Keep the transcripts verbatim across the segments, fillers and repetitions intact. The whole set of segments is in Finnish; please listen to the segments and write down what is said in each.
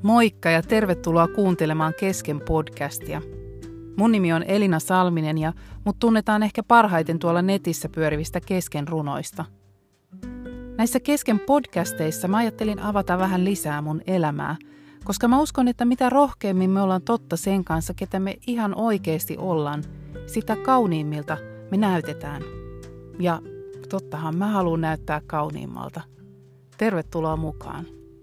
Moikka ja tervetuloa kuuntelemaan Kesken podcastia. Mun nimi on Elina Salminen ja mut tunnetaan ehkä parhaiten tuolla netissä pyörivistä Kesken runoista. Näissä Kesken podcasteissa mä ajattelin avata vähän lisää mun elämää, koska mä uskon, että mitä rohkeammin me ollaan totta sen kanssa, ketä me ihan oikeasti ollaan, sitä kauniimmilta me näytetään. Ja tottahan mä haluan näyttää kauniimmalta. Tervetuloa mukaan.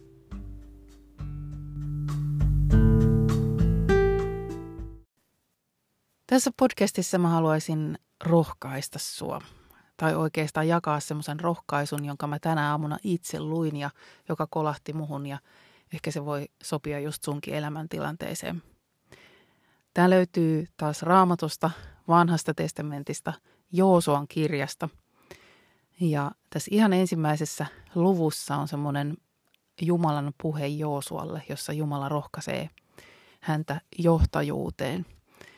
Tässä podcastissa mä haluaisin rohkaista sua, tai oikeastaan jakaa semmoisen rohkaisun, jonka mä tänä aamuna itse luin ja joka kolahti muhun ja ehkä se voi sopia just sunkin elämäntilanteeseen. Tää löytyy taas Raamatusta, Vanhasta testamentista, Joosuan kirjasta. Ja tässä ihan ensimmäisessä luvussa on semmoinen Jumalan puhe Joosualle, jossa Jumala rohkaisee häntä johtajuuteen.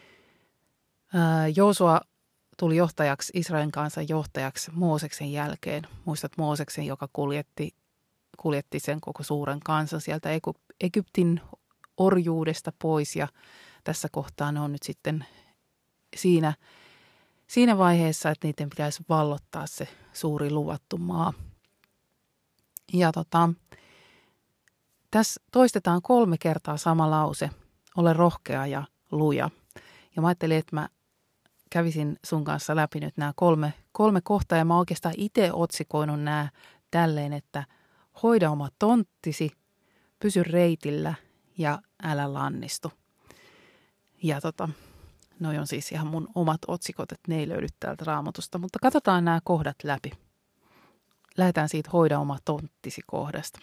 Joosua tuli johtajaksi, Israelin kansan johtajaksi Mooseksen jälkeen. Muistat Mooseksen, joka kuljetti, kuljetti sen koko suuren kansan sieltä Egyptin orjuudesta pois. Ja tässä kohtaa ne on nyt sitten siinä, siinä vaiheessa, että niiden pitäisi vallottaa se suuri luvattu maa. Ja tota, tässä toistetaan kolme kertaa sama lause, ole rohkea ja luja. Ja mä ajattelin, että mä kävisin sun kanssa läpi nyt nämä kolme, kolme kohtaa ja mä oikeastaan itse otsikoinut nämä tälleen, että hoida oma tonttisi, pysy reitillä ja älä lannistu. Ja tota, noi on siis ihan mun omat otsikot, että ne ei löydy täältä Raamatusta, mutta katsotaan nämä kohdat läpi. Lähdetään siitä hoida oma tonttisi kohdasta.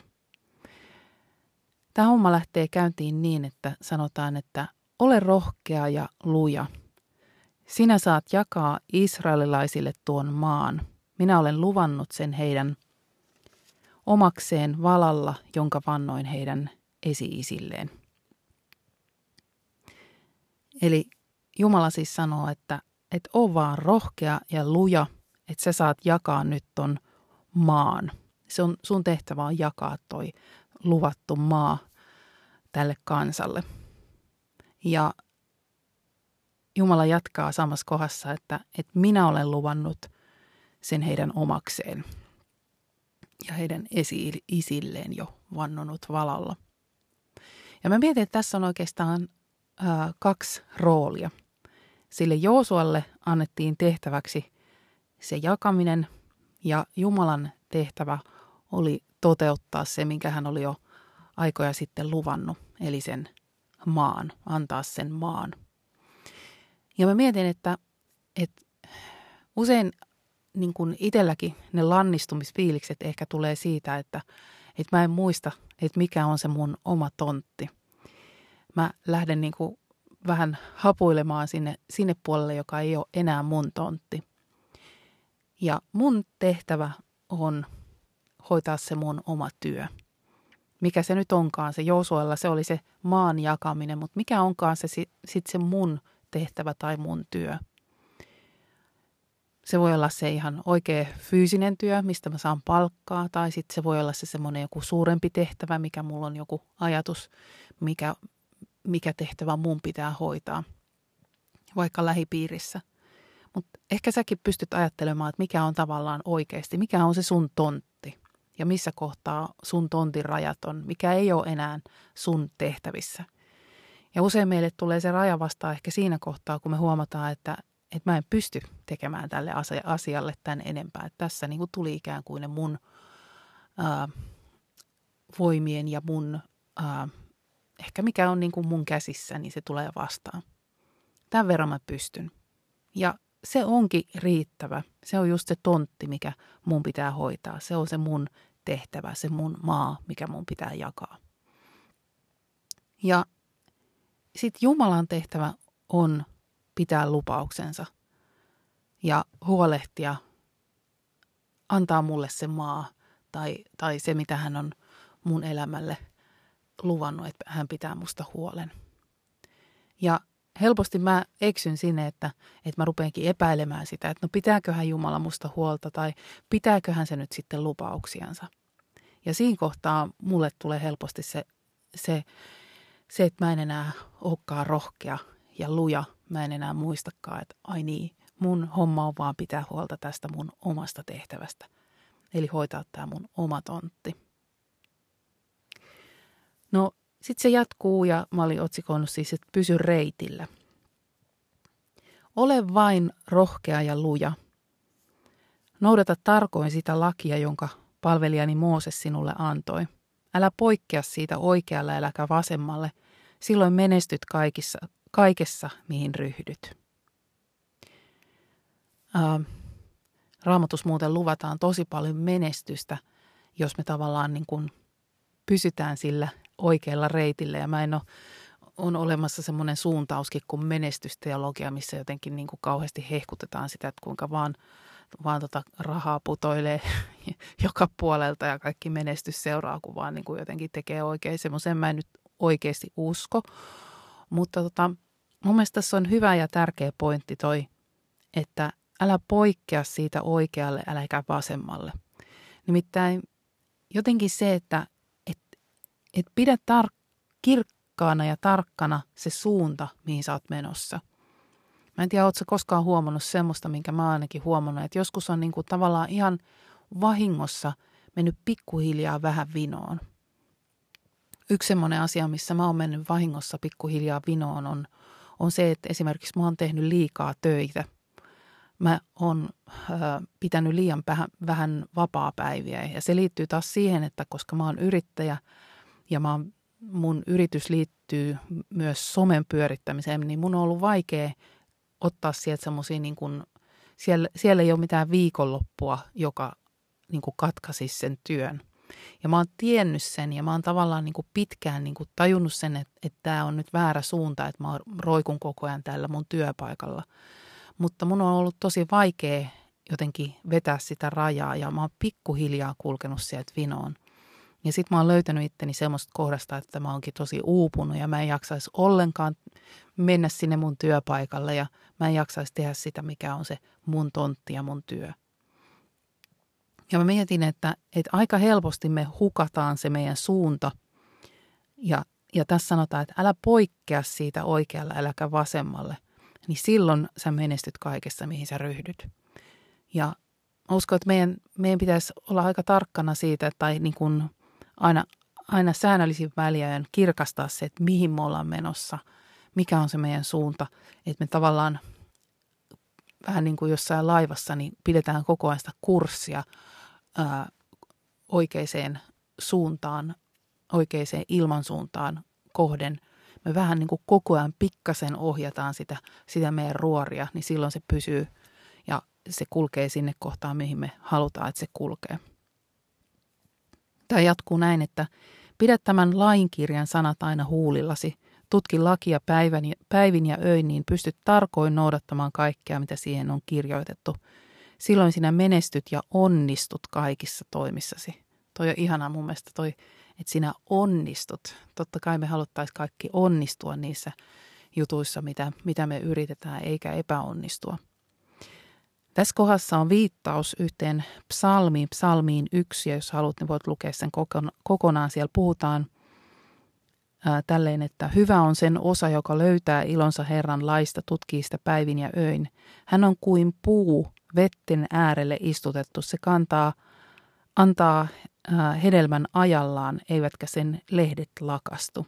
Tämä homma lähtee käyntiin niin, että sanotaan, että ole rohkea ja luja. Sinä saat jakaa israelilaisille tuon maan. Minä olen luvannut sen heidän omakseen valalla, jonka vannoin heidän esi-isilleen. Eli Jumala siis sanoo, että et ole vaan rohkea ja luja, että sä saat jakaa nyt ton maan. Se on, sun tehtävä on jakaa toi luvattu maa tälle kansalle. Ja Jumala jatkaa samassa kohdassa, että, että minä olen luvannut sen heidän omakseen ja heidän esi-isilleen jo vannonut valalla. Ja mä mietin, että tässä on oikeastaan ää, kaksi roolia. Sille Joosualle annettiin tehtäväksi se jakaminen ja Jumalan tehtävä oli toteuttaa se, minkä hän oli jo aikoja sitten luvannut, eli sen maan, antaa sen maan. Ja mä mietin, että, että usein niin kuin itselläkin ne lannistumisfiilikset ehkä tulee siitä, että, että mä en muista, että mikä on se mun oma tontti. Mä lähden niin kuin vähän hapuilemaan sinne, sinne puolelle, joka ei ole enää mun tontti. Ja mun tehtävä on hoitaa se mun oma työ. Mikä se nyt onkaan, se Joosualla se oli se maan jakaminen, mutta mikä onkaan se sitten se mun tehtävä tai mun työ. Se voi olla se ihan oikea fyysinen työ, mistä mä saan palkkaa, tai sitten se voi olla se semmoinen joku suurempi tehtävä, mikä mulla on joku ajatus, mikä, mikä tehtävä mun pitää hoitaa, vaikka lähipiirissä. Mutta ehkä säkin pystyt ajattelemaan, että mikä on tavallaan oikeasti, mikä on se sun tontti. Ja missä kohtaa sun tontin rajat on, mikä ei ole enää sun tehtävissä. Ja usein meille tulee se raja vastaan ehkä siinä kohtaa, kun me huomataan, että, että mä en pysty tekemään tälle asialle tämän enempää. Että tässä niin kuin tuli ikään kuin ne mun ää, voimien ja mun, ää, ehkä mikä on niin kuin mun käsissä, niin se tulee vastaan. Tämän verran mä pystyn. Ja se onkin riittävä. Se on just se tontti, mikä mun pitää hoitaa. Se on se mun tehtävä, se mun maa, mikä mun pitää jakaa. Ja sitten Jumalan tehtävä on pitää lupauksensa ja huolehtia, antaa mulle se maa tai, tai se, mitä hän on mun elämälle luvannut, että hän pitää musta huolen. Ja helposti mä eksyn sinne, että, että mä rupeankin epäilemään sitä, että no pitääköhän Jumala musta huolta tai pitääköhän se nyt sitten lupauksiansa. Ja siinä kohtaa mulle tulee helposti se se, se, että mä en enää olekaan rohkea ja luja, mä en enää muistakaan, että ai niin, mun homma on vaan pitää huolta tästä mun omasta tehtävästä. Eli hoitaa tämä mun oma tontti. No sitten se jatkuu ja mä olin otsikoinut siis, että pysy reitillä. Ole vain rohkea ja luja. Noudata tarkoin sitä lakia, jonka palvelijani Mooses sinulle antoi. Älä poikkea siitä oikealle äläkä vasemmalle, silloin menestyt kaikissa, kaikessa, mihin ryhdyt. Ää, Raamatus muuten luvataan tosi paljon menestystä, jos me tavallaan niin kuin pysytään sillä oikealla reitillä. Ja mä en ole, on olemassa semmoinen suuntauskin kuin menestysteologia, missä jotenkin niin kuin kauheasti hehkutetaan sitä, että kuinka vaan, vaan tota rahaa putoilee joka puolelta ja kaikki menestys seuraa, kun vaan niin kuin jotenkin tekee oikein. Semmoisen mä en nyt oikeasti usko. Mutta tota, mun mielestä tässä on hyvä ja tärkeä pointti toi, että älä poikkea siitä oikealle, äläkä vasemmalle. Nimittäin jotenkin se, että et, et pidä tar- kirkkaana ja tarkkana se suunta, mihin sä oot menossa. Mä en tiedä, ootko sä koskaan huomannut semmoista, minkä mä oon ainakin huomannut, että joskus on niinku tavallaan ihan vahingossa mennyt pikkuhiljaa vähän vinoon. Yksi semmoinen asia, missä mä oon mennyt vahingossa pikkuhiljaa vinoon, on, on se, että esimerkiksi mä oon tehnyt liikaa töitä. Mä oon äh, pitänyt liian vähän, vähän vapaapäiviä ja se liittyy taas siihen, että koska mä oon yrittäjä ja mä oon, mun yritys liittyy myös somen pyörittämiseen, niin mun on ollut vaikea ottaa sieltä semmoisia, niin kuin, siellä, siellä ei ole mitään viikonloppua, joka niin kuin katkaisisi sen työn. Ja mä oon tiennyt sen ja mä oon tavallaan niin kuin pitkään niin kuin tajunnut sen, että, että tämä on nyt väärä suunta, että mä roikun koko ajan tällä mun työpaikalla. Mutta mun on ollut tosi vaikea jotenkin vetää sitä rajaa ja mä oon pikkuhiljaa kulkenut sieltä vinoon. Ja sit mä oon löytänyt itteni semmoista kohdasta, että mä oonkin tosi uupunut ja mä en jaksaisi ollenkaan mennä sinne mun työpaikalle ja mä en jaksaisi tehdä sitä, mikä on se mun tontti ja mun työ. Ja mä mietin, että, että aika helposti me hukataan se meidän suunta ja, ja tässä sanotaan, että älä poikkea siitä oikealle, äläkä vasemmalle. Niin silloin sä menestyt kaikessa, mihin sä ryhdyt. Ja mä uskon, että meidän, meidän pitäisi olla aika tarkkana siitä, tai niin kuin aina, aina säännöllisin väliajoin kirkastaa se, että mihin me ollaan menossa, mikä on se meidän suunta. Että me tavallaan vähän niin kuin jossain laivassa, niin pidetään koko ajan sitä kurssia ää, oikeaan suuntaan, oikeaan ilmansuuntaan kohden. Me vähän niin kuin koko ajan pikkasen ohjataan sitä, sitä meidän ruoria, niin silloin se pysyy ja se kulkee sinne kohtaan, mihin me halutaan, että se kulkee. Tämä jatkuu näin, että pidä tämän lainkirjan sanat aina huulillasi. Tutki lakia päivän, päivin ja öin, niin pystyt tarkoin noudattamaan kaikkea, mitä siihen on kirjoitettu. Silloin sinä menestyt ja onnistut kaikissa toimissasi. Toi on ihanaa mun mielestä toi, että sinä onnistut. Totta kai me haluttaisiin kaikki onnistua niissä jutuissa, mitä, mitä me yritetään, eikä epäonnistua. Tässä kohdassa on viittaus yhteen psalmiin, psalmiin yksi, ja jos haluat, niin voit lukea sen kokonaan. Siellä puhutaan ää, tälleen, että hyvä on sen osa, joka löytää ilonsa Herran laista, tutkii sitä päivin ja öin. Hän on kuin puu vetten äärelle istutettu. Se kantaa, antaa ää, hedelmän ajallaan, eivätkä sen lehdet lakastu.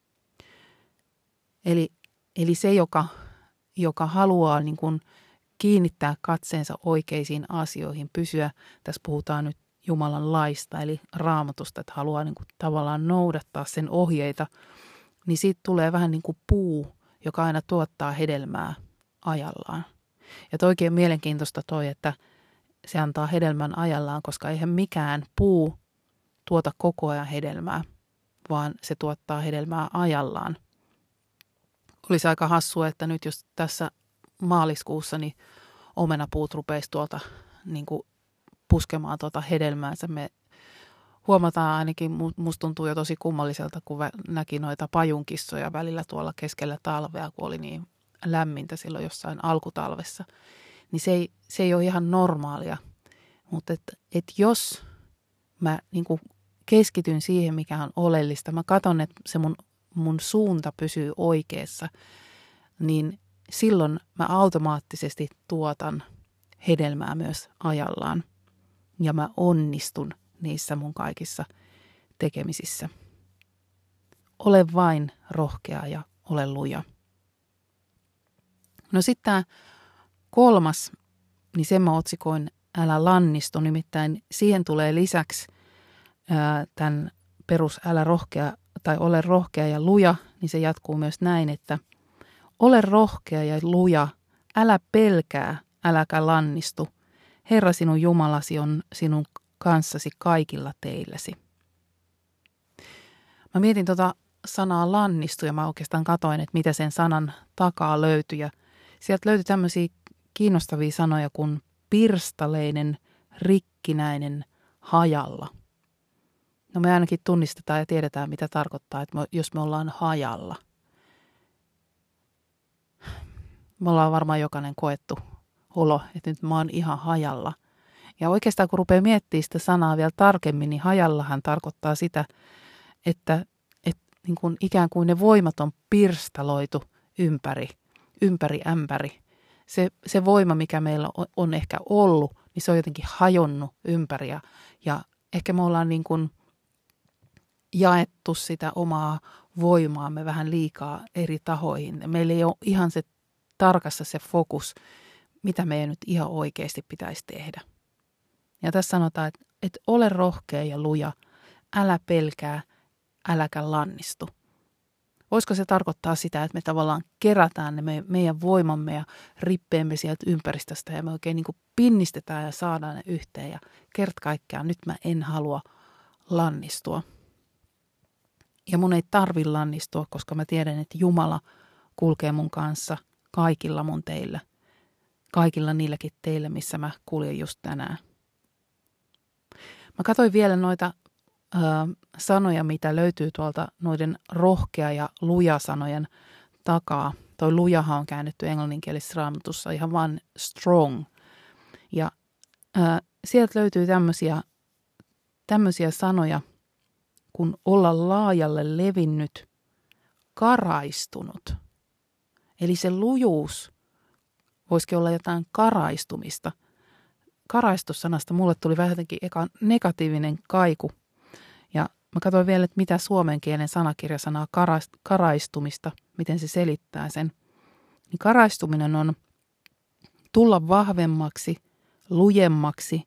Eli, eli se, joka, joka haluaa niin kuin kiinnittää katseensa oikeisiin asioihin, pysyä, tässä puhutaan nyt Jumalan laista, eli Raamatusta, että haluaa niin kuin tavallaan noudattaa sen ohjeita, niin siitä tulee vähän niin kuin puu, joka aina tuottaa hedelmää ajallaan. Ja toi oikein mielenkiintoista toi, että se antaa hedelmän ajallaan, koska eihän mikään puu tuota koko ajan hedelmää, vaan se tuottaa hedelmää ajallaan. Olisi aika hassua, että nyt jos tässä maaliskuussa niin omenapuut rupeisi tuolta niin kuin puskemaan tuota hedelmäänsä. Me huomataan ainakin, musta tuntuu jo tosi kummalliselta, kun näki noita pajunkissoja välillä tuolla keskellä talvea, kun oli niin lämmintä silloin jossain alkutalvessa. Niin se ei, se ei ole ihan normaalia, mutta et, et jos mä niin kuin keskityn siihen, mikä on oleellista, mä katson, että se mun, mun suunta pysyy oikeassa, niin silloin mä automaattisesti tuotan hedelmää myös ajallaan. Ja mä onnistun niissä mun kaikissa tekemisissä. Ole vain rohkea ja ole luja. No sitten tämä kolmas, niin sen mä otsikoin älä lannistu, nimittäin siihen tulee lisäksi ää, tämän perus älä rohkea tai ole rohkea ja luja, niin se jatkuu myös näin, että ole rohkea ja luja, älä pelkää, äläkä lannistu. Herra sinun Jumalasi on sinun kanssasi kaikilla teilläsi. Mä mietin tuota sanaa lannistu ja mä oikeastaan katoin, että mitä sen sanan takaa löytyi. Ja sieltä löytyi tämmöisiä kiinnostavia sanoja kuin pirstaleinen, rikkinäinen, hajalla. No me ainakin tunnistetaan ja tiedetään, mitä tarkoittaa, että me, jos me ollaan hajalla. Me ollaan varmaan jokainen koettu olo, että nyt mä oon ihan hajalla. Ja oikeastaan kun rupeaa miettimään sitä sanaa vielä tarkemmin, niin hajallahan tarkoittaa sitä, että, että niin kuin ikään kuin ne voimat on pirstaloitu ympäri, ympäri ämpäri. Se, se voima, mikä meillä on, on ehkä ollut, niin se on jotenkin hajonnut ympäri ja, ja ehkä me ollaan niin kuin jaettu sitä omaa voimaamme vähän liikaa eri tahoihin. Meillä ei ole ihan se tarkassa se fokus, mitä meidän nyt ihan oikeasti pitäisi tehdä. Ja tässä sanotaan, että, että ole rohkea ja luja, älä pelkää, äläkä lannistu. Voisiko se tarkoittaa sitä, että me tavallaan kerätään ne me, meidän voimamme ja rippeemme sieltä ympäristöstä ja me oikein niin kuin pinnistetään ja saadaan ne yhteen ja kert kaikkiaan nyt mä en halua lannistua. Ja mun ei tarvi lannistua, koska mä tiedän, että Jumala kulkee mun kanssa kaikilla mun teillä. Kaikilla niilläkin teillä, missä mä kuljen just tänään. Mä katsoin vielä noita ö, sanoja, mitä löytyy tuolta noiden rohkea ja luja sanojen takaa. Toi lujahan on käännetty englanninkielisessä raamatussa ihan vaan strong. Ja ö, sieltä löytyy tämmöisiä, tämmöisiä sanoja, kun olla laajalle levinnyt, karaistunut. Eli se lujuus voisikin olla jotain karaistumista. Karaistussanasta mulle tuli vähän jotenkin eka negatiivinen kaiku. Ja mä katsoin vielä, että mitä suomen kielen sanakirja sanaa karaistumista, miten se selittää sen. Niin karaistuminen on tulla vahvemmaksi, lujemmaksi,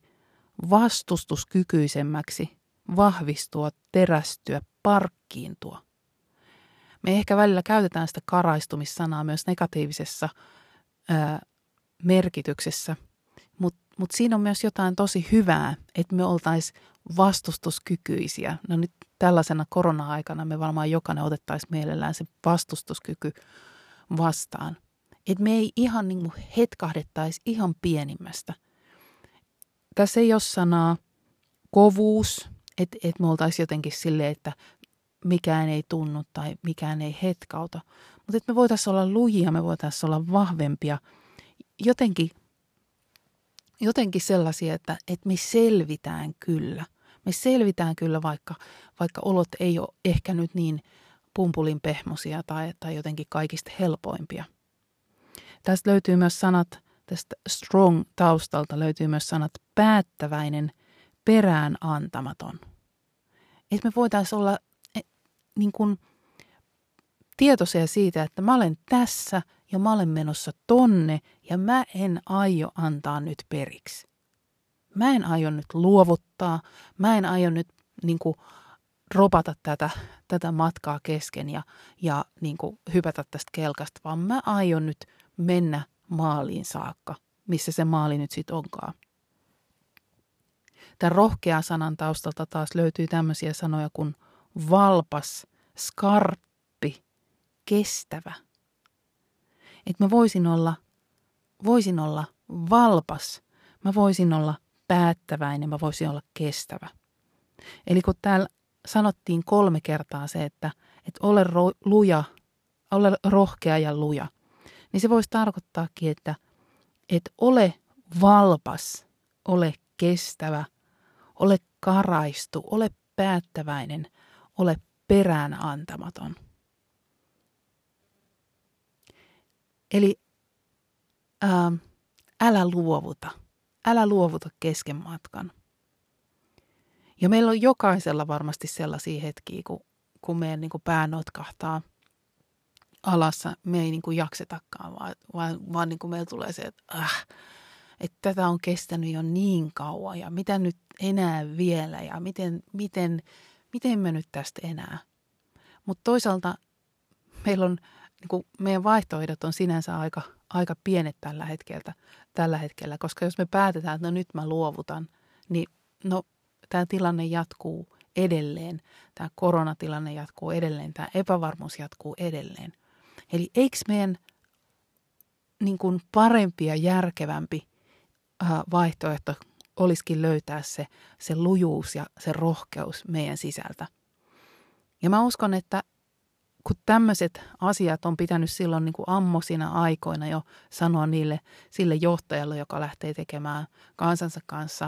vastustuskykyisemmäksi, vahvistua, terästyä, parkkiintua. Me ehkä välillä käytetään sitä karaistumissanaa myös negatiivisessa ää, merkityksessä, mutta mut siinä on myös jotain tosi hyvää, että me oltaisiin vastustuskykyisiä. No nyt tällaisena korona-aikana me varmaan jokainen otettaisiin mielellään se vastustuskyky vastaan. Että me ei ihan niin kuin hetkahdettaisi ihan pienimmästä. Tässä ei ole sanaa kovuus, että et me oltaisiin jotenkin silleen, että mikään ei tunnu tai mikään ei hetkauta. Mutta että me voitaisiin olla lujia, me voitaisiin olla vahvempia. Jotenkin, jotenkin sellaisia, että, että me selvitään kyllä. Me selvitään kyllä, vaikka, vaikka olot ei ole ehkä nyt niin pumpulin pehmosia tai, tai jotenkin kaikista helpoimpia. Tästä löytyy myös sanat, tästä strong taustalta löytyy myös sanat päättäväinen, perään antamaton. Että me voitaisiin olla niin kuin tietoisia siitä, että mä olen tässä ja mä olen menossa tonne ja mä en aio antaa nyt periksi. Mä en aio nyt luovuttaa, mä en aio nyt niin kuin ropata tätä, tätä matkaa kesken ja, ja niin kuin hypätä tästä kelkasta, vaan mä aion nyt mennä maaliin saakka, missä se maali nyt sitten onkaan. Tämän rohkea sanan taustalta taas löytyy tämmöisiä sanoja kuin valpas, skarppi, kestävä. Että mä voisin olla, voisin olla valpas, mä voisin olla päättäväinen, mä voisin olla kestävä. Eli kun täällä sanottiin kolme kertaa se, että, että ole ro- luja, ole rohkea ja luja, niin se voisi tarkoittaakin, että, että ole valpas, ole kestävä, ole karaistu, ole päättäväinen, ole perään antamaton. Eli ää, älä luovuta. Älä luovuta kesken matkan. Ja meillä on jokaisella varmasti sellaisia hetkiä, kun, kun meidän niin kuin pää notkahtaa alassa. Me ei niin kuin jaksetakaan, vaan, vaan, vaan niin kuin meillä tulee se, että, äh, että tätä on kestänyt jo niin kauan ja mitä nyt enää vielä ja miten, miten, miten me nyt tästä enää. Mutta toisaalta meillä on, niin kuin meidän vaihtoehdot on sinänsä aika, aika pienet tällä hetkellä, tällä hetkellä, koska jos me päätetään, että no nyt mä luovutan, niin no tämä tilanne jatkuu edelleen, tämä koronatilanne jatkuu edelleen, tämä epävarmuus jatkuu edelleen. Eli eikö meidän niin kuin parempi ja järkevämpi äh, vaihtoehto olisikin löytää se, se lujuus ja se rohkeus meidän sisältä. Ja mä uskon, että kun tämmöiset asiat on pitänyt silloin niin kuin ammosina aikoina jo sanoa niille, sille johtajalle, joka lähtee tekemään kansansa kanssa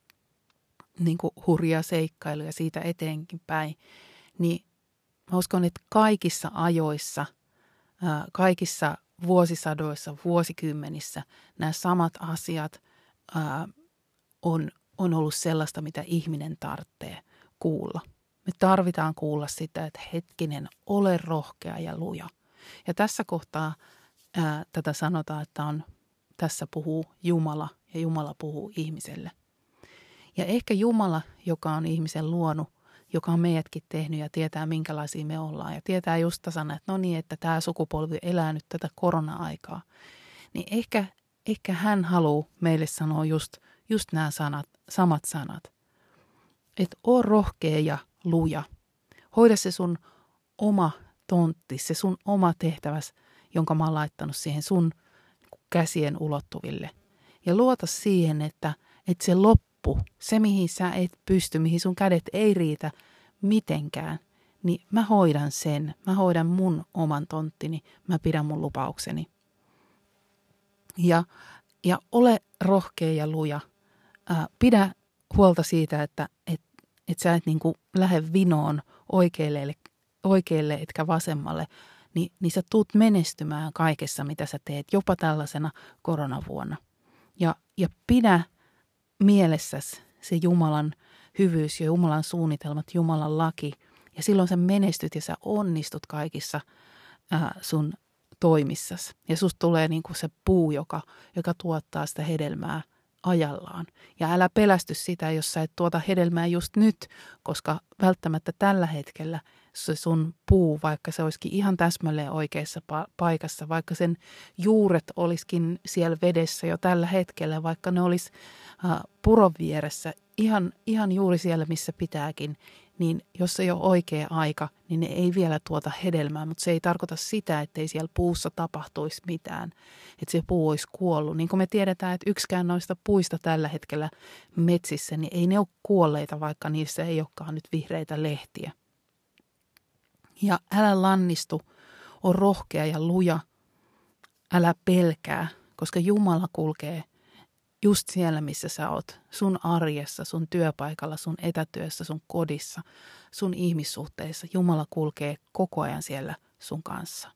niin kuin hurjia seikkailuja siitä eteenkin päin, niin mä uskon, että kaikissa ajoissa, ää, kaikissa vuosisadoissa, vuosikymmenissä nämä samat asiat ää, on, on ollut sellaista, mitä ihminen tarvitsee kuulla. Me tarvitaan kuulla sitä, että hetkinen, ole rohkea ja luja. Ja tässä kohtaa ää, tätä sanotaan, että on, tässä puhuu Jumala ja Jumala puhuu ihmiselle. Ja ehkä Jumala, joka on ihmisen luonut, joka on meidätkin tehnyt ja tietää minkälaisia me ollaan. Ja tietää just tasana, että no niin, että tämä sukupolvi elää nyt tätä korona-aikaa. Niin ehkä, ehkä hän haluaa meille sanoa just, just nämä sanat, samat sanat. Että oo rohkea ja luja. Hoida se sun oma tontti, se sun oma tehtäväs, jonka mä oon laittanut siihen sun käsien ulottuville. Ja luota siihen, että, että se loppu, se mihin sä et pysty, mihin sun kädet ei riitä mitenkään, niin mä hoidan sen. Mä hoidan mun oman tonttini, mä pidän mun lupaukseni. Ja, ja ole rohkea ja luja. Ää, pidä huolta siitä, että et, et sä et niinku lähde vinoon oikealle, oikealle etkä vasemmalle, niin, niin sä tuut menestymään kaikessa, mitä sä teet, jopa tällaisena koronavuonna. Ja, ja pidä mielessäsi se Jumalan hyvyys ja Jumalan suunnitelmat, Jumalan laki. Ja silloin sä menestyt ja sä onnistut kaikissa ää, sun toimissasi. Ja susta tulee niinku se puu, joka, joka tuottaa sitä hedelmää ajallaan. Ja älä pelästy sitä, jos sä et tuota hedelmää just nyt, koska välttämättä tällä hetkellä se sun puu, vaikka se olisikin ihan täsmälleen oikeassa pa- paikassa, vaikka sen juuret olisikin siellä vedessä jo tällä hetkellä, vaikka ne olisi äh, puron vieressä ihan, ihan juuri siellä, missä pitääkin, niin jos ei ole oikea aika, niin ne ei vielä tuota hedelmää, mutta se ei tarkoita sitä, ettei siellä puussa tapahtuisi mitään, että se puu olisi kuollut. Niin kuin me tiedetään, että yksikään noista puista tällä hetkellä metsissä, niin ei ne ole kuolleita, vaikka niissä ei olekaan nyt vihreitä lehtiä. Ja älä lannistu, on rohkea ja luja, älä pelkää, koska Jumala kulkee just siellä, missä sä oot, sun arjessa, sun työpaikalla, sun etätyössä, sun kodissa, sun ihmissuhteissa. Jumala kulkee koko ajan siellä sun kanssa.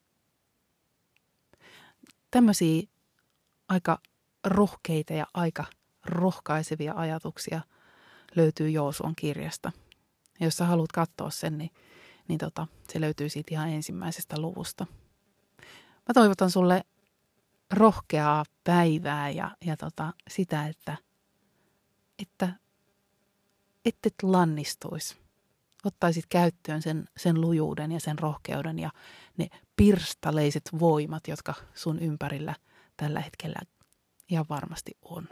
Tämmöisiä aika rohkeita ja aika rohkaisevia ajatuksia löytyy Joosuan kirjasta. Ja jos sä haluat katsoa sen, niin, niin tota, se löytyy siitä ihan ensimmäisestä luvusta. Mä toivotan sulle rohkeaa päivää ja, ja tota, sitä, että, että et lannistuisi. Ottaisit käyttöön sen, sen lujuuden ja sen rohkeuden ja ne pirstaleiset voimat, jotka sun ympärillä tällä hetkellä ihan varmasti on.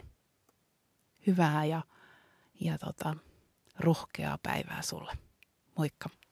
Hyvää ja, ja tota, rohkeaa päivää sulle. Moikka!